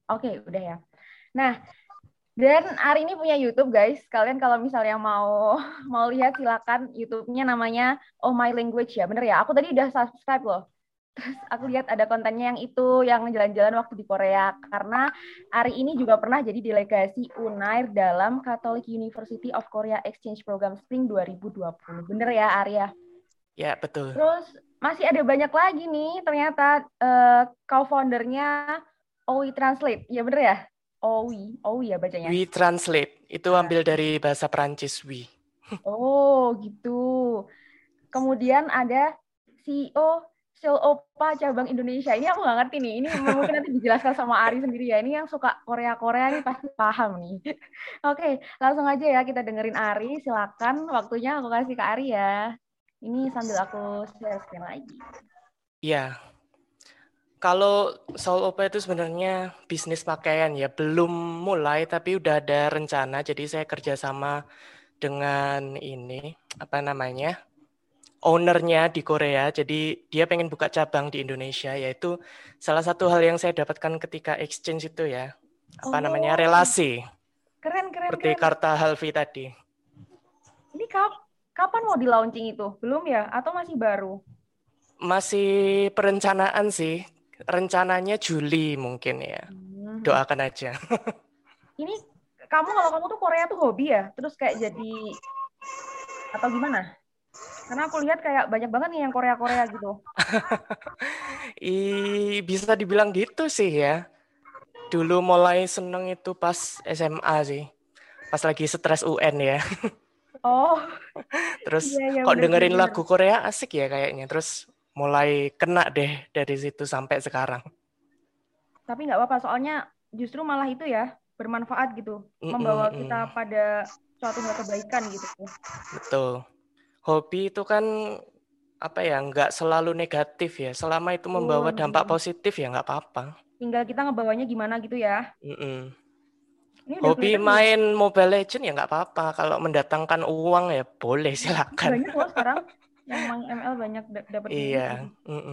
Oke, udah ya. Nah, dan Ari ini punya YouTube, guys. Kalian kalau misalnya mau mau lihat silakan YouTube-nya namanya Oh My Language ya. Bener ya? Aku tadi udah subscribe loh. Terus aku lihat ada kontennya yang itu, yang jalan-jalan waktu di Korea. Karena Ari ini juga pernah jadi delegasi UNAIR dalam Catholic University of Korea Exchange Program Spring 2020. Bener ya, Ari ya? Ya, betul. Terus masih ada banyak lagi nih, ternyata co-foundernya OI Translate. Ya bener ya? OI ya bacanya. We Translate itu Nah, ambil dari bahasa Perancis we. oh gitu. Kemudian ada CEO Seoul Opa cabang Indonesia. Ini aku nggak ngerti nih. Ini mungkin nanti dijelaskan sama Ari sendiri ya. Ini yang suka Korea-Korea nih pasti paham nih. Oke, langsung aja ya kita dengerin Ari. Silakan waktunya aku kasih ke Ari ya. Ini sambil aku share screen lagi. Ya, kalau Soul Opera itu sebenarnya bisnis pakaian ya, belum mulai tapi udah ada rencana. Jadi saya kerjasama dengan ini, apa namanya, ownernya di Korea. Jadi dia pengen buka cabang di Indonesia, yaitu salah satu hal yang saya dapatkan ketika exchange itu ya, apa namanya, Oh, relasi. keren, keren, Seperti keren. Karta Halvi tadi. Ini kapan mau di launching itu? Belum ya? Atau masih baru? Masih perencanaan sih. Rencananya Juli mungkin ya. Hmm. Doakan aja. Ini kalau kamu tuh Korea tuh hobi ya? Terus kayak jadi atau gimana? Karena aku lihat kayak banyak banget nih yang Korea-Korea gitu. Bisa dibilang gitu sih ya. Dulu mulai seneng itu pas SMA sih. Pas lagi stres UN ya. Oh, iya Terus iya kok benar benar dengerin benar. lagu Korea asik ya kayaknya. Terus mulai kena deh dari situ sampai sekarang. Tapi nggak apa-apa, soalnya justru malah itu ya bermanfaat gitu, membawa kita Mm-mm-mm. pada suatu hal kebaikan gitu. Betul. Hobi itu kan apa ya, nggak selalu negatif ya. Selama itu membawa Betul, dampak betul. positif ya nggak apa-apa. Tinggal kita ngebawanya gimana gitu ya. Mm-mm. Ini udah Hobi kelihatan belum? main Mobile Legends ya nggak apa-apa. Kalau mendatangkan uang ya boleh Hmm. silakan. Banyak loh sekarang yang main ML banyak dapat duit Iya. gitu. Mm-mm.